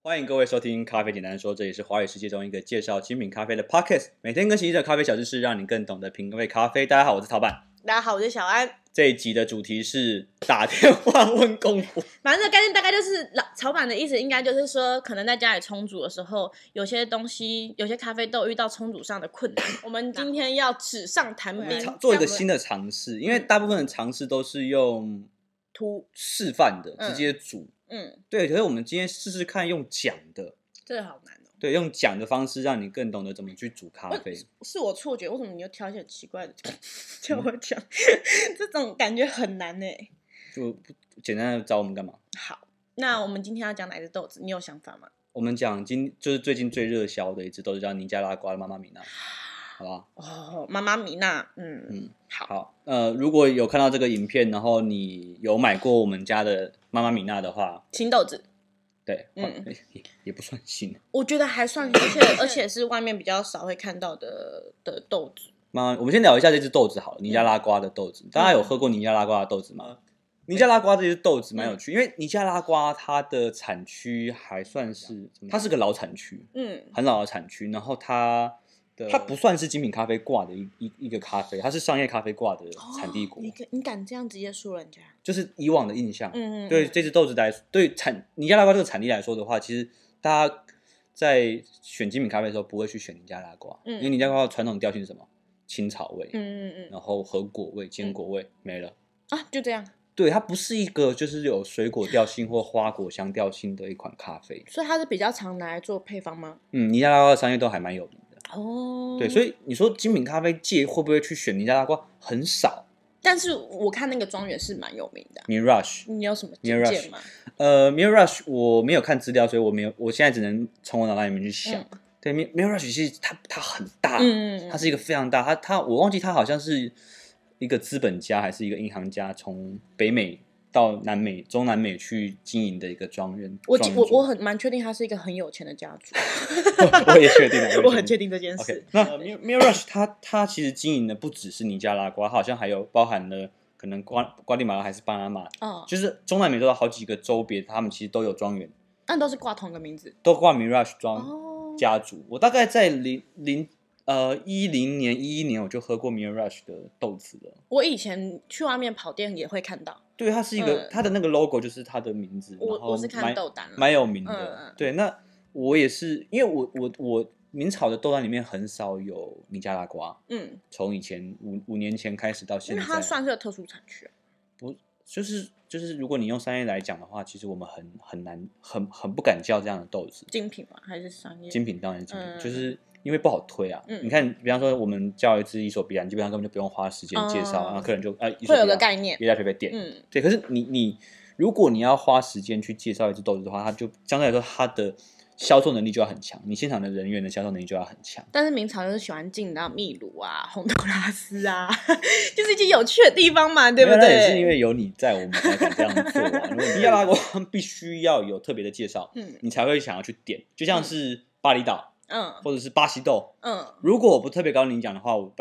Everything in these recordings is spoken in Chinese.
欢迎各位收听咖啡简单说，这里是华语世界中一个介绍精品咖啡的 podcast， 每天更新一则咖啡小知识，让你更懂得品味咖啡。大家好，我是曹板。 大家好，我是小安。 这一集的主题是打电话问功夫。 反正这个概念大概就是草板的意思，应该就是说，可能在家里冲煮的时候，有些东西、有些咖啡豆遇到冲煮上的困难。我们今天要纸上谈兵， 做一个新的尝试，因为大部分的尝试都是用示范的，直接煮。对，可是我们今天试试看用讲的， 这个好难哦。 对，用讲的方式让你更懂得怎么去煮咖啡。 是我错觉，为什么你又挑一些很奇怪的叫我讲？这种感觉很难耶。 就简单的找我们干嘛？ 好，那我们今天要讲哪只豆子？你有想法吗？ 我们讲就是最近最热销的一只豆子叫尼加拉瓜的妈妈米娜，好不好？ 哦，妈妈米娜， 好。如果有看到这个影片，然后你有买过我们家的妈妈米娜的话， 新豆子。 对，也不算新， 我觉得还算，而且是外面比较少会看到的豆子。 我们先聊一下这只豆子好了，尼加拉瓜的豆子。大家有喝过尼加拉瓜的豆子吗？尼加拉瓜这只豆子蛮有趣，因为尼加拉瓜它的产区还算是，它是个老产区，很老的产区，然后它不算是精品咖啡挂的一个咖啡，它是商业咖啡挂的产地国。 你敢这样直接说人家？ 就是以往的印象，对这只豆子来说，对尼加拉瓜这个产地来说的话，其实大家在选精品咖啡的时候不会去选尼加拉瓜，因为尼加拉瓜的传统调性是什么？青草味，然后核果味、坚果味没了啊，就这样。 对，它不是一个就是有水果调性或花果香调性的一款咖啡， 所以它是比较常拿来做配方吗？ 尼加拉瓜的商业豆还蛮有名的哦。对， 所以你说精品咖啡界会不会去选尼加拉瓜？很少。 但是我看那个庄园是蛮有名的 ，Mirage， 你有什么意见吗 ？Mirage 我没有看资料，所以我现在只能从我脑袋里面去想。对 ，Mirage 其实它很大，它是一个非常大，我忘记它好像是一个资本家还是一个银行家，从北美到南美、中南美去经营的一个庄园。我蛮确定他是一个很有钱的家族。 我也确定我很确定这件事。 那 Mirage 它其实经营的不只是尼加拉瓜，好像还有包含了可能瓜地马拉还是巴拿马，就是中南美洲的好几个州别，他们其实都有庄园。 但都是挂同个名字， 都挂 Mirage 庄家族。我大概在10年、11年我就喝过 Mirage 的豆子了。 我以前去外面跑店也会看到。 对，它是一个，它的那个 logo 就是它的名字。 我是看豆单， 蛮有名的。对，那我也是，因为我明朝的豆单里面很少有尼加拉瓜。从以前5年前开始到现在， 因为它算是个特殊产区。 不，就是如果你用商业来讲的话，其实我们很难很不敢叫这样的豆子。 精品吗？还是商业？ 精品当然是精品，就是因为不好推啊。你看，比方说我们叫一支伊索比亚，基本上根本就不用花时间介绍，然后客人就会有个概念， 别家随便点。对。可是你如果你要花时间去介绍一支豆子的话，它就相对来说它的销售能力就要很强，你现场的人员的销售能力就要很强。 但是明朝就是喜欢进到秘鲁啊、洪都拉斯啊，就是一些有趣的地方嘛，对不对？ 那也是因为有你在，我们才敢这样做啊。如果尼加拉瓜必须要有特别的介绍，你才会想要去点。就像是巴厘岛，或者是巴西豆，如果我不特别告诉你讲的话，我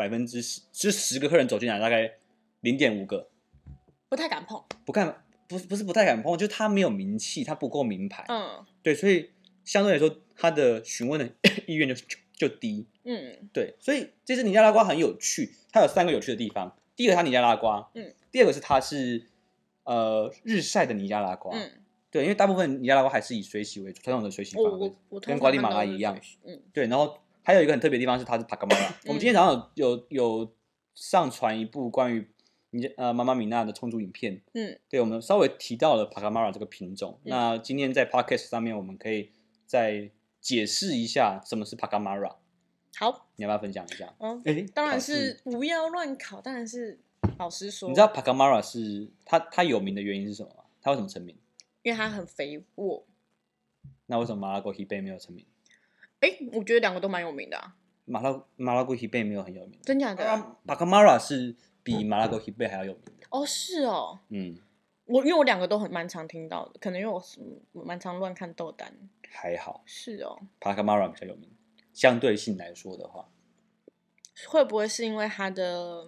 10%个客人走进来，大概0.5个不太敢碰， 不是不太敢碰，就是他没有名气，他不够名牌，对，所以相对来说，他的询问的意愿就低，对，所以这支尼加拉瓜很有趣，它有3个有趣的地方。第一个它尼加拉瓜，第二个是它是日晒的尼加拉瓜，对，因为大部分尼加拉瓜还是以水洗为主，传统的水洗法跟瓜地马拉一样，对，然后还有一个很特别的地方是它是帕卡马拉。我们今天早上有上传一部关于妈妈米娜的冲煮影片，对，我们稍微提到了帕卡马拉这个品种。那今天在 podcast 上面我们可以再解释一下什么是帕卡马拉。 好， 你要不要分享一下？ 当然是不要乱考，当然是老实说。 你知道帕卡马拉是它有名的原因是什么吗？它为什么成名？ 因为它很肥沃。 那为什么马拉圭希贝没有成名？ 我觉得2个都蛮有名的啊。 马拉圭希贝没有很有名， 真假的？ 帕卡马拉是比马拉圭希贝还要有名的。 哦，是哦。因为我2个都蛮常听到的，可能因为我蛮常乱看豆单。 还好。 是哦。 帕卡马拉比较有名，相对性来说的话， 会不会是因为它的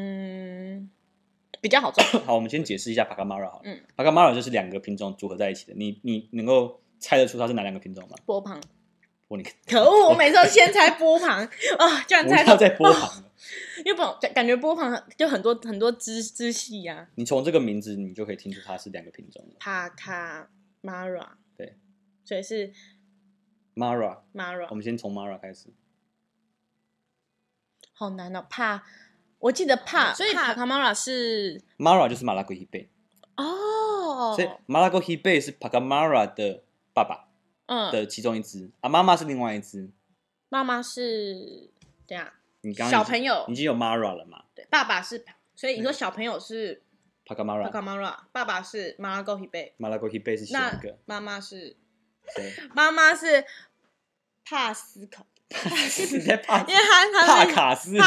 比较好种？ 好，我们先解释一下帕卡马拉好了。帕卡马拉就是2个品种组合在一起的。你能够猜得出它是哪2个品种吗？ 波旁。 你可恶！我每次都先猜波旁啊，居然猜到。 不要再波旁了， 因为感觉波旁就很多支系啊。 你从这个名字你就可以听出它是2个品种了。 帕卡 Mara。 对， 所以是 Mara。 我们先从 Mara 开始。 好难哦，我记得所以帕卡 Mara 是 Mara 就是马拉戈希贝哦， 所以马拉戈希贝是帕卡 Mara 的爸爸的其中一只妈妈是另外一只。 妈妈是对啊， 你刚小朋友已经有 Mara 了嘛？ 对，爸爸是，所以你说小朋友是帕卡 Mara， 爸爸是马拉戈希贝是下一个。 妈妈是谁？ 妈妈是帕斯考。 你在怕？ 因为他帕卡斯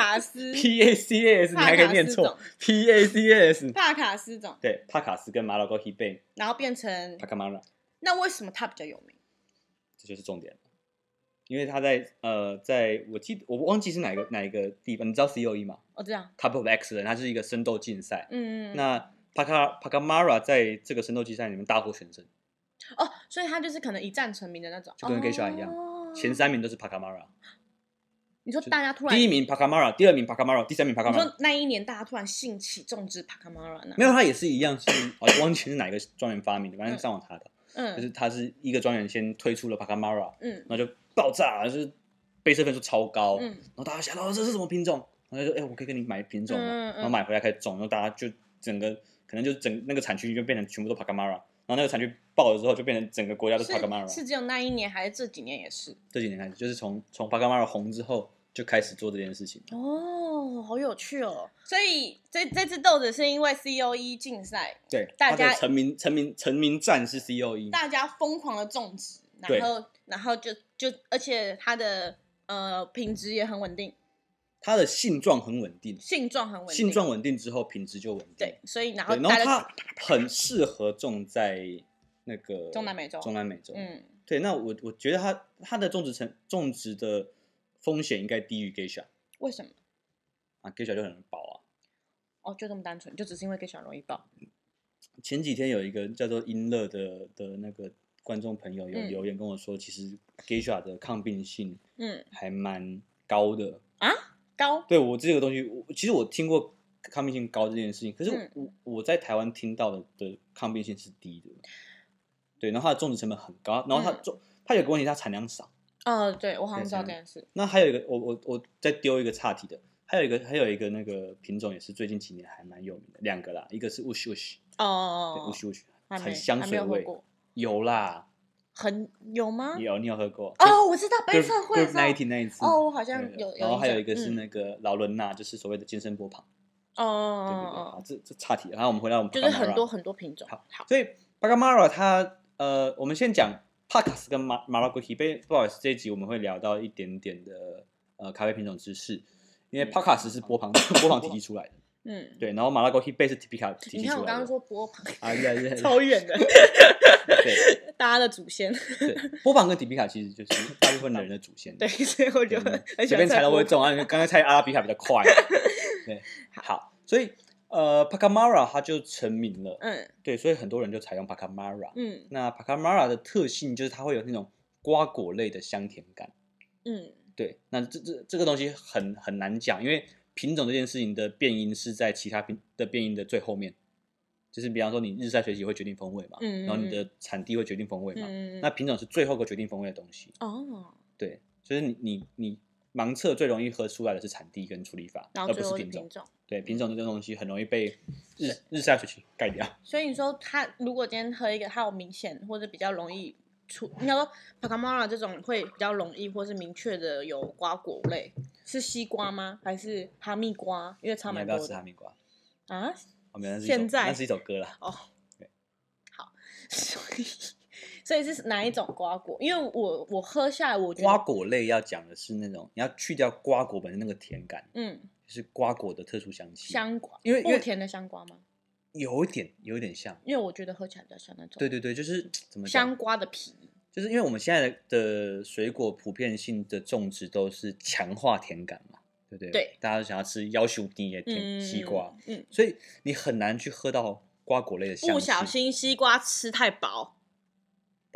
，PACAS， 你还可以念错 ，PACAS， 帕卡斯种。 对，帕卡斯跟马拉戈希贝， 然后变成帕卡 Mara。 那为什么他比较有名？ 这就是重点了，因为他在我忘记是哪一个地方，你知道 COE 吗？ 我知道 ，Cup of Excellence， 它是一个生斗竞赛。那帕卡 Mara 在这个生斗竞赛里面大获全胜。 哦，所以他就是可能一战成名的那种， 就跟 Geisha 一样，前3名都是帕卡 Mara。 你说大家突然第1名帕卡 Mara， 第2名帕卡 Mara， 第3名帕卡 Mara。 你说那一年大家突然兴起种植帕卡 Mara 呢？ 没有，他也是一样，是忘记是哪个庄园发明的，反正上网查的。就是他是一个庄园先推出了帕卡 Mara， 然后就爆炸了，就是被测分数超高，然后大家想到这是什么品种，然后就说我可以跟你买品种吗？然后买回来开始种，然后大家就整个可能就那个产区就变成全部都帕卡 Mara， 然后那个产区爆了之后就变成整个国家都是帕卡 Mara。 是只有那一年还是这几年也是？ 这几年开始，就是从帕卡 Mara 红之后就开始做这件事情。 哦，好有趣哦！所以这只豆子是因为 COE 竞赛， 对， 大家成名战是 COE， 大家疯狂的种植，然后就而且它的品质也很稳定， 它的性状很稳定， 性状稳定之后品质就稳定。 对，所以然后它很适合种在那个中南美洲。 对，那我觉得它的种植的风险应该低于 Geisha。 为什么 ？Geisha 就很容易爆啊。 哦，就这么单纯，就只是因为 Geisha 容易爆。 前几天有一个叫做英乐的那个观众朋友有留言跟我说，其实 Geisha 的抗病性还蛮高的啊。高？ 对，我这个东西，其实我听过抗病性高这件事情，可是我在台湾听到的抗病性是低的。对，然后它的种植成本很高，然后它有个问题，它产量少。 对，我好像知道这件事。 那还有一个，我再丢一个岔题的，还有一个那个品种也是最近几年还蛮有名的，2个啦，一个是 Wush Wush，Wush Wush， 很香水味。有啦。 有吗？ 有，你有喝过？ 哦，我知道杯测会的那一题那一次。 哦，我好像有。 然后还有一个是那个劳伦娜，就是所谓的健身波旁。对，这岔题了。然后我们回到我们就是很多品种。 好，所以帕卡 Mara 它我们先讲帕卡斯跟马拉戈希贝。不好意思，这一集我们会聊到一点点的咖啡品种知识，因为帕卡斯是波旁体系出来的。对，然后马拉戈希贝是 Typica 体系出来的。 你看我刚刚说波旁对， 超远的。 对， 大家的祖先。 对，波旁跟 Typica 其实就是大部分的人的祖先。 对，所以我就随便猜都会中啊。刚才猜阿拉比卡比较快。对，好，所以帕卡 Mara 它就成名了。对，所以很多人就采用帕卡 Mara。那帕卡 Mara 的特性就是它会有那种瓜果类的香甜感。对，那这个东西很难讲，因为品种这件事情的变因是在其他的变因的最后面，就是比方说你日晒水洗会决定风味嘛，然后你的产地会决定风味嘛，那品种是最后一个决定风味的东西。对，就是你盲测最容易喝出来的是产地跟处理法，而不是品种。对，品种这种东西很容易被日晒水洗盖掉。 所以你说它如果今天喝一个它有明显或者比较容易应该说帕卡 Mara 这种会比较容易或是明确的有瓜果类，是西瓜吗？还是哈密瓜？因为超蛮多的。 你要不要吃哈密瓜啊？ 现在那是一首歌啦。 对，好，所以是哪一种瓜果？因为我喝下来，我觉得瓜果类要讲的是那种你要去掉瓜果本身那个甜感，就是瓜果的特殊香气。 香瓜， 因为不甜的香瓜吗？ 有一点像， 因为我觉得喝起来比较像那种。 对，就是怎么香瓜的皮。 就是因为我们现在的水果普遍性的种植都是强化甜感嘛，对不对？ 对， 大家都想要吃要求低的甜西瓜，所以你很难去喝到瓜果类的香气。 不小心西瓜吃太饱，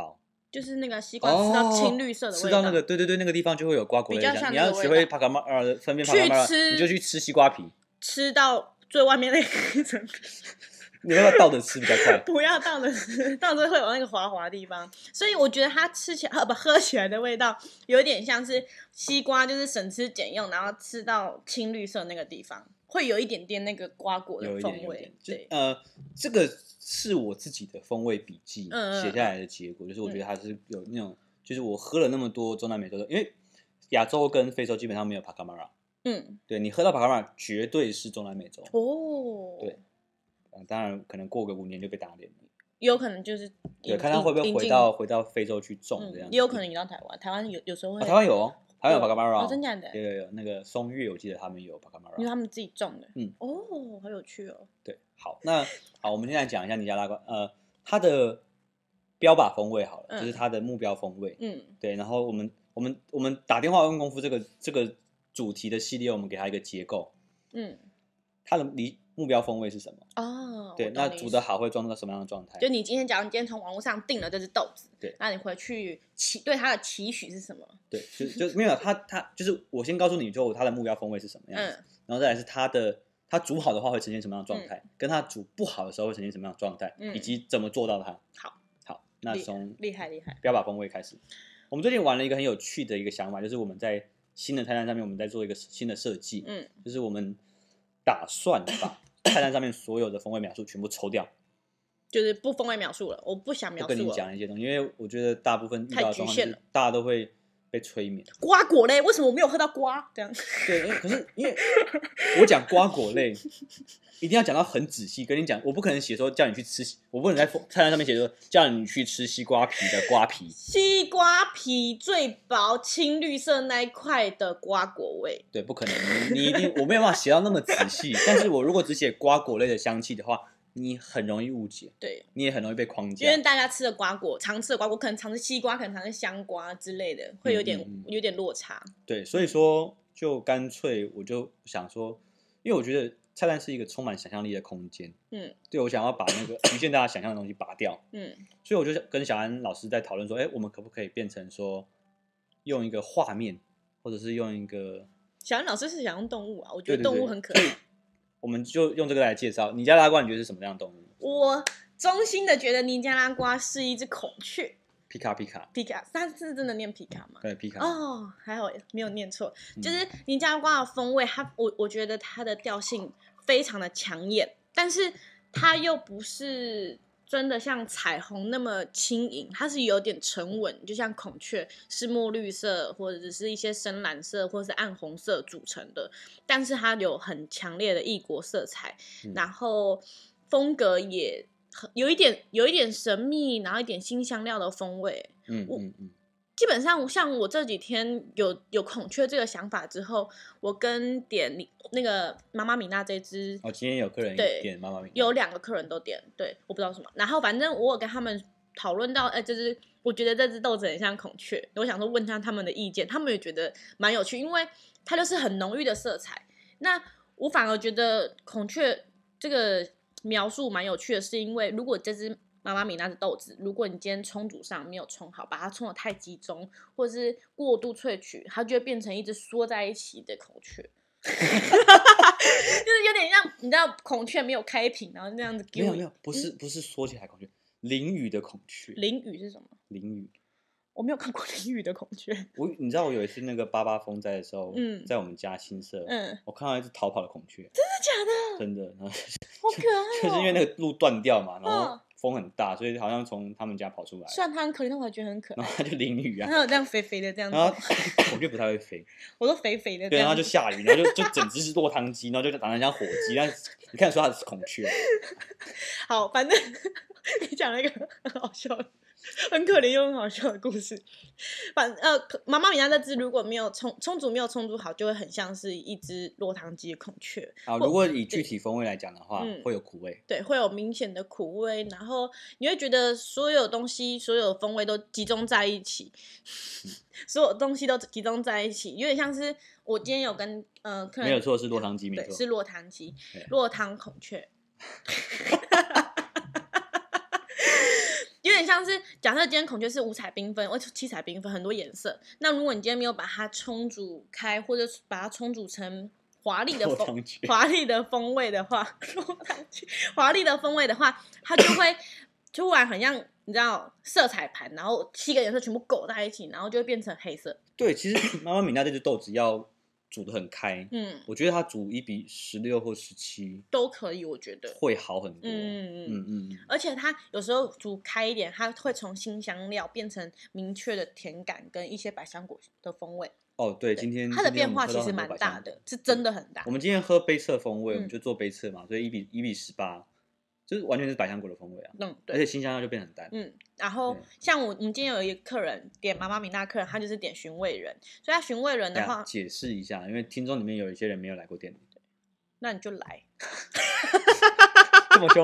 就是那个西瓜吃到青绿色的味道， 吃到那个对那个地方就会有瓜果类的香。你要学会帕卡马分辨帕卡马，你就去吃西瓜皮， 吃到最外面那一层皮。 你要不要倒着吃比较快？ 不要倒着吃，倒着会有那个滑滑的地方。所以我觉得它吃起来喝起来的味道有点像是西瓜，就是省吃俭用，然后吃到青绿色那个地方，会有一点点那个瓜果的风味。对， 这个是我自己的风味笔记写下来的结果，就是我觉得它是有那种，就是我喝了那么多中南美洲的，因为亚洲跟非洲基本上没有帕卡马拉。对，你喝到帕卡马拉绝对是中南美洲。对。当然，可能过个5年就被打脸了。 有可能就是对，看他会不会回到非洲去种这样子。 也有可能引到台湾，台湾有时候会。 台湾有，台湾有帕卡马拉。 真假的？ 有那个松月，我记得他们有帕卡马拉， 因为他们自己种的。好有趣哦。 对，好，我们现在讲一下尼加拉瓜，它的标靶风味好了，就是它的目标风味。对，然后我们打电话问功夫这个主题的系列，我们给它一个结构。它的目标风味是什么？对，那煮得好会装到什么样的状态？ 就你今天从网络上订了这只豆子，对，那你回去对它的期许是什么？ 对，就没有它就是我先告诉你，就它的目标风味是什么样子，然后再来是它煮好的话会呈现什么样的状态，跟它煮不好的时候会呈现什么样的状态，以及怎么做到它。好，那从厉害标靶风味开始。我们最近玩了一个很有趣的一个想法，就是我们在新的菜单上面，我们在做一个新的设计，就是我们打算把菜单上面所有的风味描述全部抽掉， 就是不风味描述了，我不想描述了。 我跟你讲一些东西，因为我觉得大部分遇到的状况是大家都会被催眠。 瓜果类为什么我没有喝到瓜？这样对，可是因为我讲瓜果类，一定要讲到很仔细。跟你讲，我不可能写说叫你去吃，我不能在菜单上面写说叫你去吃西瓜皮的瓜皮。 西瓜皮最薄青绿色那一块的瓜果味， 对，不可能，你一定我没有办法写到那么仔细。但是我如果只写瓜果类的香气的话，你很容易误解， 对， 你也很容易被框架。 因为大家吃的瓜果，常吃的瓜果，可能常吃西瓜，可能常吃香瓜之类的，会有点落差。 对，所以说就干脆我就想说，因为我觉得菜单是一个充满想象力的空间，对，我想要把那个局限大家想象的东西拔掉，所以我就跟小安老师在讨论说，我们可不可以变成说用一个画面，或者是用一个小安老师是想用动物啊，我觉得动物很可爱。 我们就用这个来介绍尼加拉瓜，你觉得是什么样的动物？ 我衷心的觉得尼加拉瓜是一只孔雀。 皮卡， 它是真的念皮卡吗？ 对，皮卡。 还好没有念错。就是尼加拉瓜的风味，我觉得它的调性非常的抢眼，但是它又不是真的像彩虹那么轻盈，它是有点沉稳，就像孔雀是墨绿色或者是一些深蓝色或者是暗红色组成的，但是它有很强烈的异国色彩，然后风格也有一点神秘，然后一点新香料的风味。基本上像我这几天有孔雀这个想法之后，我跟点那个妈妈米娜这只， 今天有客人点妈妈米娜， 有2个客人都点，对，我不知道什么。然后反正我有跟他们讨论到，我觉得这只豆子很像孔雀，我想说问他们的意见，他们也觉得蛮有趣，因为它就是很浓郁的色彩。那我反而觉得孔雀这个描述蛮有趣的，是因为如果这只妈妈米娜的豆子，如果你今天冲煮上没有冲好，把它冲得太集中，或者是过度萃取，它就会变成一只缩在一起的孔雀，就是有点像你知道孔雀没有开屏，然后那样子。 没有，不是缩起来孔雀，淋雨的孔雀。 淋雨是什么？ 淋雨。 我没有看过淋雨的孔雀。 你知道我有一次那个88风灾的时候，在我们家新社，我看到一只逃跑的孔雀。 真的假的？ 真的， 好可爱就是因为那个路断掉嘛，然后风很大，所以好像从他们家跑出来。 虽然它很可怜，但我还觉得很可爱。 然后它就淋雨啊， 它有这样肥肥的这样子。 然后孔雀不太会飞， 我说肥肥的。 对，然后就下雨，然后就整只是落汤鸡，然后就长得像火鸡，但你看得出它是孔雀。 好，反正你讲了一个很好笑的。很可怜又很好笑的故事。妈妈米娜那只如果没有冲煮没有冲煮好，就会很像是一只落汤鸡的孔雀。 如果以具体风味来讲的话，会有苦味。 对，会有明显的苦味，然后你会觉得所有东西、所有风味都集中在一起，所有东西都集中在一起，有点像是我今天有跟客人没有错，是落汤鸡，没错， 是落汤鸡，落汤孔雀。有点像是假设今天孔雀是五彩缤纷或七彩缤纷很多颜色，那如果你今天没有把它冲煮开，或者把它冲煮成华丽的风味的话，华丽的风味的话，它就会突然很像你知道色彩盘，然后7个颜色全部勾在一起，然后就会变成黑色。 对，其实妈妈米娜这只豆子要煮得很开，我觉得它煮1比16或17 都可以，我觉得会好很多。 而且它有时候煮开一点，它会从辛香料变成明确的甜感跟一些百香果的风味。 哦，对，今天它的变化其实蛮大的，是真的很大。 我们今天喝杯测风味，我们就做杯测嘛，所以1比18，就是完全是百香果的风味啊。对，而且辛香料就变很淡。 然后像我们今天有一个客人点妈妈米娜客人，他就是点寻味人，所以他寻味人的话， 解释一下，因为听众里面有一些人没有来过店里。 那你就来， 这么凶。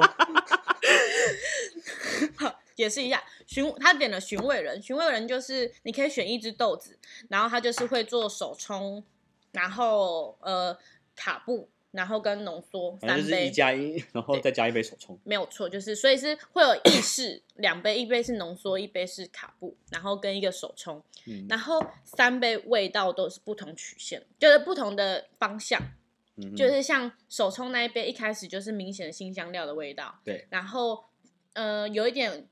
好，解释一下，他点了寻味人，寻味人就是你可以选一只豆子，然后他就是会做手冲，然后卡布，然后跟浓缩3杯， 就是1加1，然后再加1杯手冲， 没有错，就是所以是会有意式2杯，1杯是浓缩，1杯是卡布，然后跟一个手冲，然后3杯味道都是不同曲线，就是不同的方向。就是像手冲那一杯，一开始就是明显的辛香料的味道， 对， 然后有一点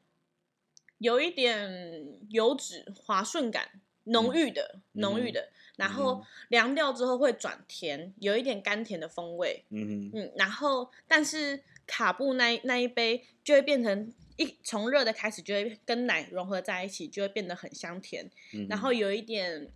油脂滑顺感，浓郁的，然后凉掉之后会转甜，有一点甘甜的风味，然后但是卡布那一杯就会变成从热的开始就会跟奶融合在一起，就会变得很香甜，然后有一点。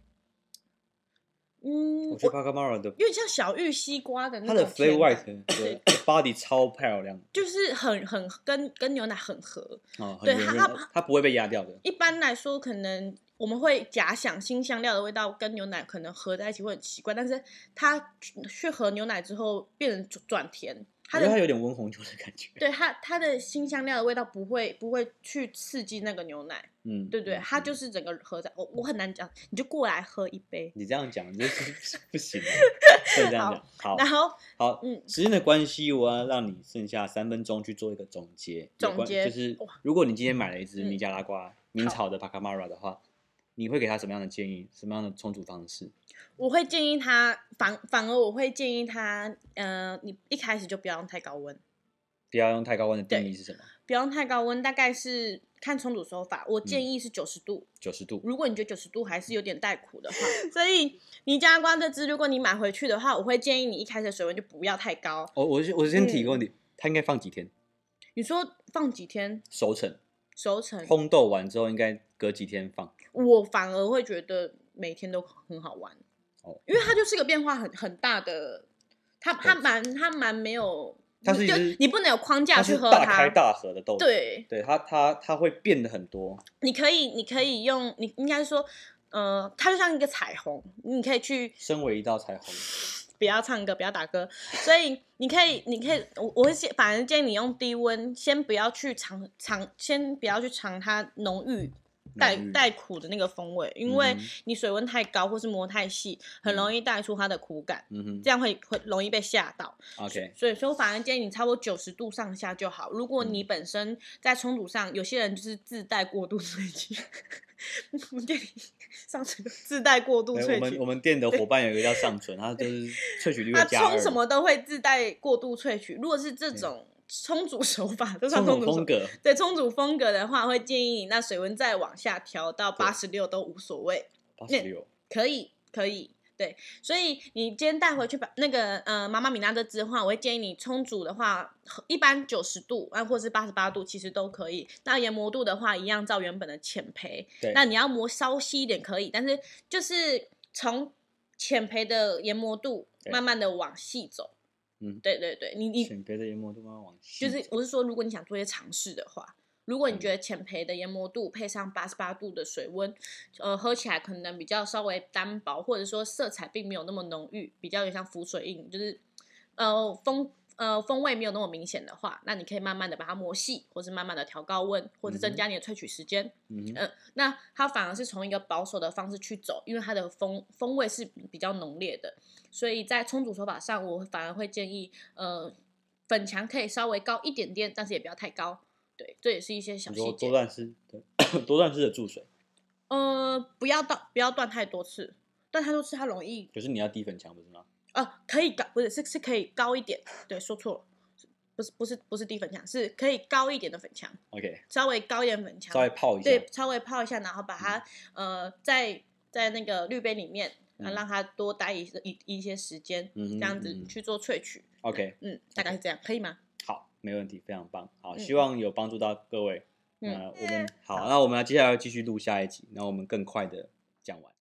我觉得 Pacamara 的有点像小玉西瓜的那种， 它的 flavor white 的 body 超漂亮， 就是很跟牛奶很合， 对，它不会被压掉的。 一般来说，可能我们会假想辛香料的味道跟牛奶可能合在一起会很奇怪，但是它去和牛奶之后变成转甜。 我觉得它有点温红酒的感觉。 对，它的辛香料的味道不会去刺激那个牛奶，对，它就是整个合在。我很难讲，你就过来喝一杯。 你这样讲就是不行，不能这样讲。好， 然后好，时间的关系，我要让你剩下3分钟去做一个总结。就是如果你今天买了一支尼加拉瓜明炒的 Pacamara 的话，你会给他什么样的建议？什么样的冲煮方式？ 我会建议他反而我会建议他，你一开始就不要用太高温。 不要用太高温的定义是什么？ 不要用太高温，大概是看冲煮手法。我建议是90度。90 度。 如果你觉得90度还是有点带苦的话，所以尼加拉瓜这支，如果你买回去的话，我会建议你一开始的水温就不要太高。 我先提一个问题，它应该放几天？ 你说放几天？ 熟成。 烘豆完之后应该隔几天放？我反而会觉得每天都很好玩。因为它就是个变化很大的，它蛮没有， 它是你不能有框架去喝它，大开大合的豆子，对，它会变得很多。你可以用，你应该说，它就像一个彩虹，你可以去身为一道彩虹。 不要唱歌，不要打歌，所以你可以，我会反而建议你用低温，先不要去尝它浓郁。带苦的那个风味，因为你水温太高或是磨太细，很容易带出它的苦感，这样会容易被吓到。 OK， 所以我反而建议你差不多90度上下就好。如果你本身在冲煮上，有些人就是自带过度萃取，我们店里上纯自带过度萃取。 我们店的伙伴有一个叫上纯，他就是萃取率会加2。 他冲什么都会自带过度萃取。如果是这种冲煮手法， 冲煮风格， 对冲煮风格的话，会建议你那水温再往下调到86都无所谓。 86 可以，对。所以你今天带回去把那个妈妈米娜这支的话，我会建议你冲煮的话，一般90度或是88度其实都可以。那研磨度的话，一样照原本的浅焙。那你要磨稍稀一点可以，但是就是从浅焙的研磨度慢慢的往细走。对，你浅焙的研磨度慢慢往细， 就是我是说，如果你想做一些尝试的话，如果你觉得浅焙的研磨度配上88度的水温，喝起来可能比较稍微单薄，或者说色彩并没有那么浓郁，比较有像浮水印，就是风味没有那么明显的话，那你可以慢慢的把它磨细，或是慢慢的调高温，或是增加你的萃取时间。那它反而是从一个保守的方式去走，因为它的风味是比较浓烈的，所以在冲煮手法上，我反而会建议粉墙可以稍微高一点点，但是也不要太高。 对，这也是一些小细节。 多段式的注水。 不要断太多次，断太多次它容易。 可是你要低粉墙不是吗？ 可以高，不是是可以高一点。对，说错了。不是低粉墙，是可以高一点的粉墙。 OK， 稍微高一点粉墙， 稍微泡一下。 对，稍微泡一下，然后把它在那个滤杯里面，让它多待一些时间，这样子去做萃取。 OK， 大概是这样，可以吗？ 好，没问题，非常棒。好，希望有帮助到各位。我们好，那我们接下来继续录下一集，然后我们更快的讲完。